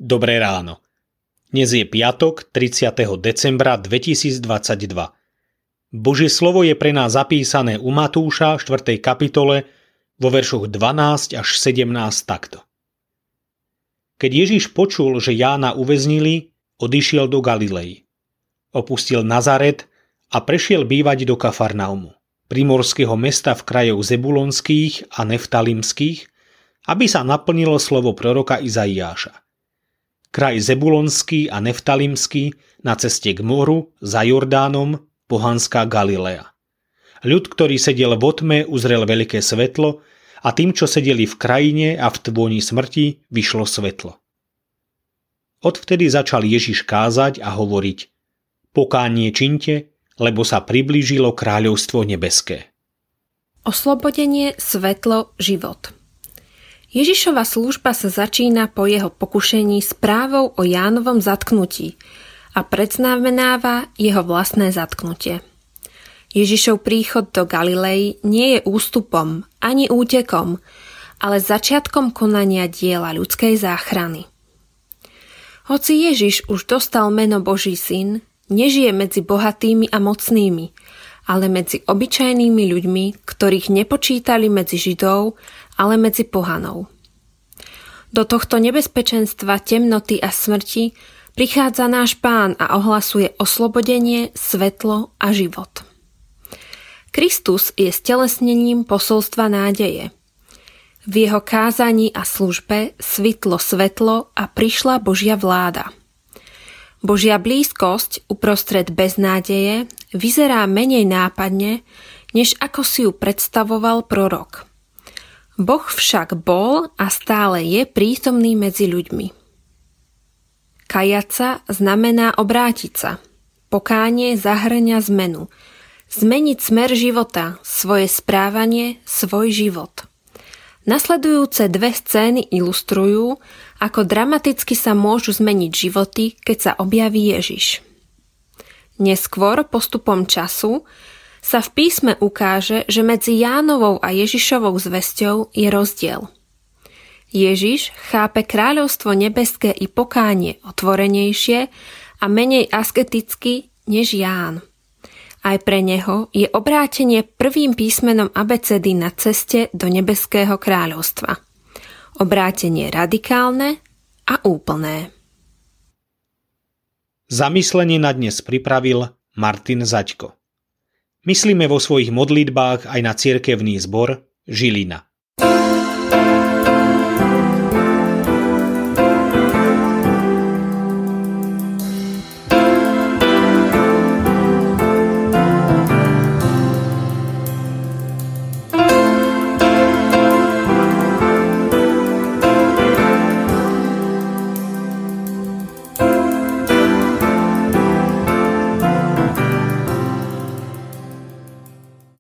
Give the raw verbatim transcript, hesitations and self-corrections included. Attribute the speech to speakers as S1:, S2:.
S1: Dobré ráno. Dnes je piatok, tridsiateho decembra dvetisícdvadsaťdva. Božie slovo je pre nás zapísané u Matúša v štvrtej kapitole vo veršoch dvanásť až sedemnásť takto. Keď Ježiš počul, že Jána uväznili, odišiel do Galilei. Opustil Nazaret a prešiel bývať do Kafarnaumu, primorského mesta v krajoch Zebulonských a Neftalimských, aby sa naplnilo slovo proroka Izaiáša. Kraj Zebulonský a Neftalimský na ceste k moru za Jordánom, pohanská Galilea. Ľud, ktorý sedel v otme, uzrel veľké svetlo a tým, čo sedeli v krajine a v tôni smrti, vyšlo svetlo. Odvtedy začal Ježiš kázať a hovoriť: Pokánie čiňte, lebo sa priblížilo kráľovstvo nebeské.
S2: Oslobodenie, svetlo, život. Ježišova služba sa začína po jeho pokušení správou o Jánovom zatknutí a predznamenáva jeho vlastné zatknutie. Ježišov príchod do Galilei nie je ústupom ani útekom, ale začiatkom konania diela ľudskej záchrany. Hoci Ježiš už dostal meno Boží syn, nežije medzi bohatými a mocnými, ale medzi obyčajnými ľuďmi, ktorých nepočítali medzi Židov, ale medzi pohanov. Do tohto nebezpečenstva temnoty a smrti prichádza náš Pán a ohlasuje oslobodenie, svetlo a život. Kristus je stelesnením posolstva nádeje. V jeho kázaní a službe svitlo svetlo a prišla Božia vláda. Božia blízkosť uprostred beznádeje vyzerá menej nápadne, než ako si ju predstavoval prorok. Boh však bol a stále je prítomný medzi ľuďmi. Kajať sa znamená obrátiť sa. Pokánie zahŕňa zmenu. Zmeniť smer života, svoje správanie, svoj život. Nasledujúce dve scény ilustrujú, ako dramaticky sa môžu zmeniť životy, keď sa objaví Ježiš. Neskôr, postupom času, sa v písme ukáže, že medzi Jánovou a Ježišovou zvesťou je rozdiel. Ježiš chápe kráľovstvo nebeské i pokánie otvorenejšie a menej asketicky než Ján. Aj pre neho je obrátenie prvým písmenom abecedy na ceste do nebeského kráľovstva. Obrátenie radikálne a úplné.
S1: Zamyslenie na dnes pripravil Martin Zaďko. Myslíme vo svojich modlitbách aj na cirkevný zbor Žilina.